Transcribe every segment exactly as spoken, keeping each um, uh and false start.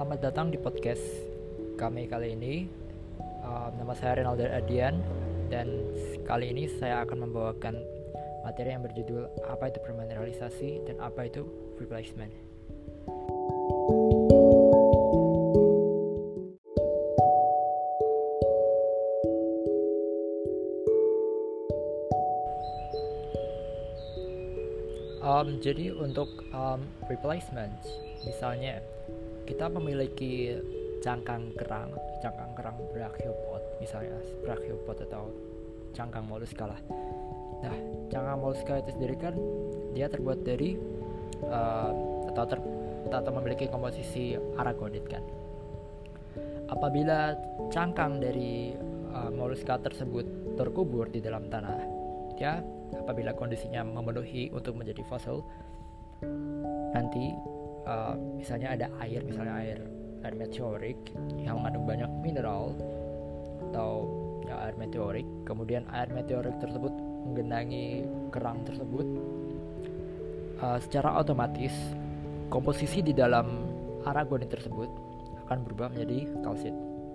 Selamat datang di podcast kami kali ini. Uh, nama saya Renaldo Adian dan kali ini saya akan membawakan materi yang berjudul apa itu permineralisasi dan apa itu replacement. Um, jadi untuk um, replacement, misalnya kita memiliki cangkang kerang, cangkang kerang brachiopod, misalnya brachiopod atau cangkang moluska lah. Nah, cangkang moluska itu sendiri kan dia terbuat dari uh, atau ter, atau memiliki komposisi aragonit kan. Apabila cangkang dari uh, moluska tersebut terkubur di dalam tanah, ya, apabila kondisinya memenuhi untuk menjadi fosil, nanti uh, misalnya ada air, misalnya air air meteorik yang mengandung banyak mineral atau ya, air meteorik, kemudian air meteorik tersebut menggenangi kerang tersebut, uh, secara otomatis komposisi di dalam aragonit tersebut akan berubah menjadi kalsit.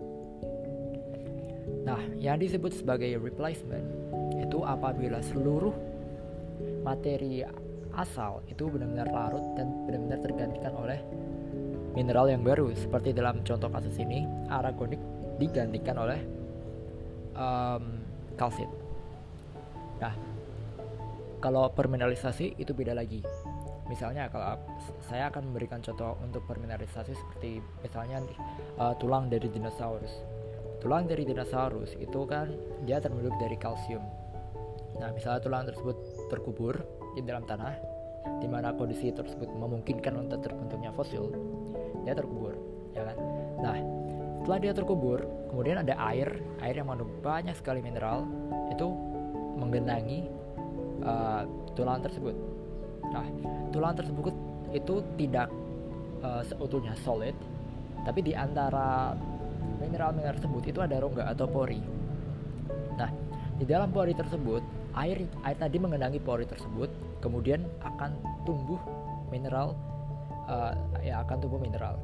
Nah, yang disebut sebagai replacement itu apabila seluruh materi asal itu benar-benar larut dan benar-benar tergantikan oleh mineral yang baru. Seperti dalam contoh kasus ini, aragonit digantikan oleh um, kalsit. Nah, kalau permineralisasi itu beda lagi. Misalnya kalau saya akan memberikan contoh untuk permineralisasi seperti misalnya uh, tulang dari dinosaurus. Tulang dari dinosaurus itu kan dia terbentuk dari kalsium. Nah, misalnya tulang tersebut terkubur di dalam tanah, di mana kondisi tersebut memungkinkan untuk terbentuknya fosil, dia terkubur, ya kan? Nah, setelah dia terkubur, kemudian ada air, air yang mengandung banyak sekali mineral, itu menggenangi uh, tulang tersebut. Nah, tulang tersebut itu tidak uh, seutuhnya solid, tapi di antara mineral-mineral tersebut itu ada rongga atau pori. Nah, di dalam pori tersebut, air air tadi mengenangi pori tersebut, kemudian akan tumbuh mineral, uh, ya akan tumbuh mineral.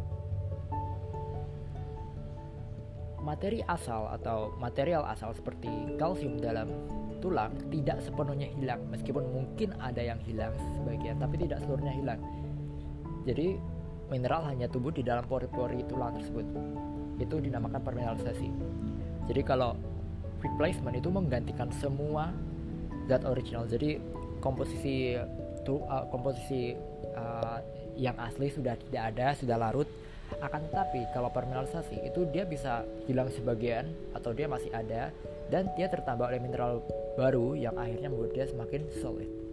Materi asal atau material asal seperti kalsium dalam tulang tidak sepenuhnya hilang, meskipun mungkin ada yang hilang sebagian, tapi tidak seluruhnya hilang. Jadi mineral hanya tumbuh di dalam pori-pori tulang tersebut. Itu dinamakan permineralisasi. Jadi kalau replacement itu menggantikan semua zat original. Jadi komposisi tu, uh, komposisi uh, yang asli sudah tidak ada, sudah larut. Akan tetapi kalau permineralisasi itu dia bisa hilang sebagian atau dia masih ada dan dia tertambah oleh mineral baru yang akhirnya membuat dia semakin solid.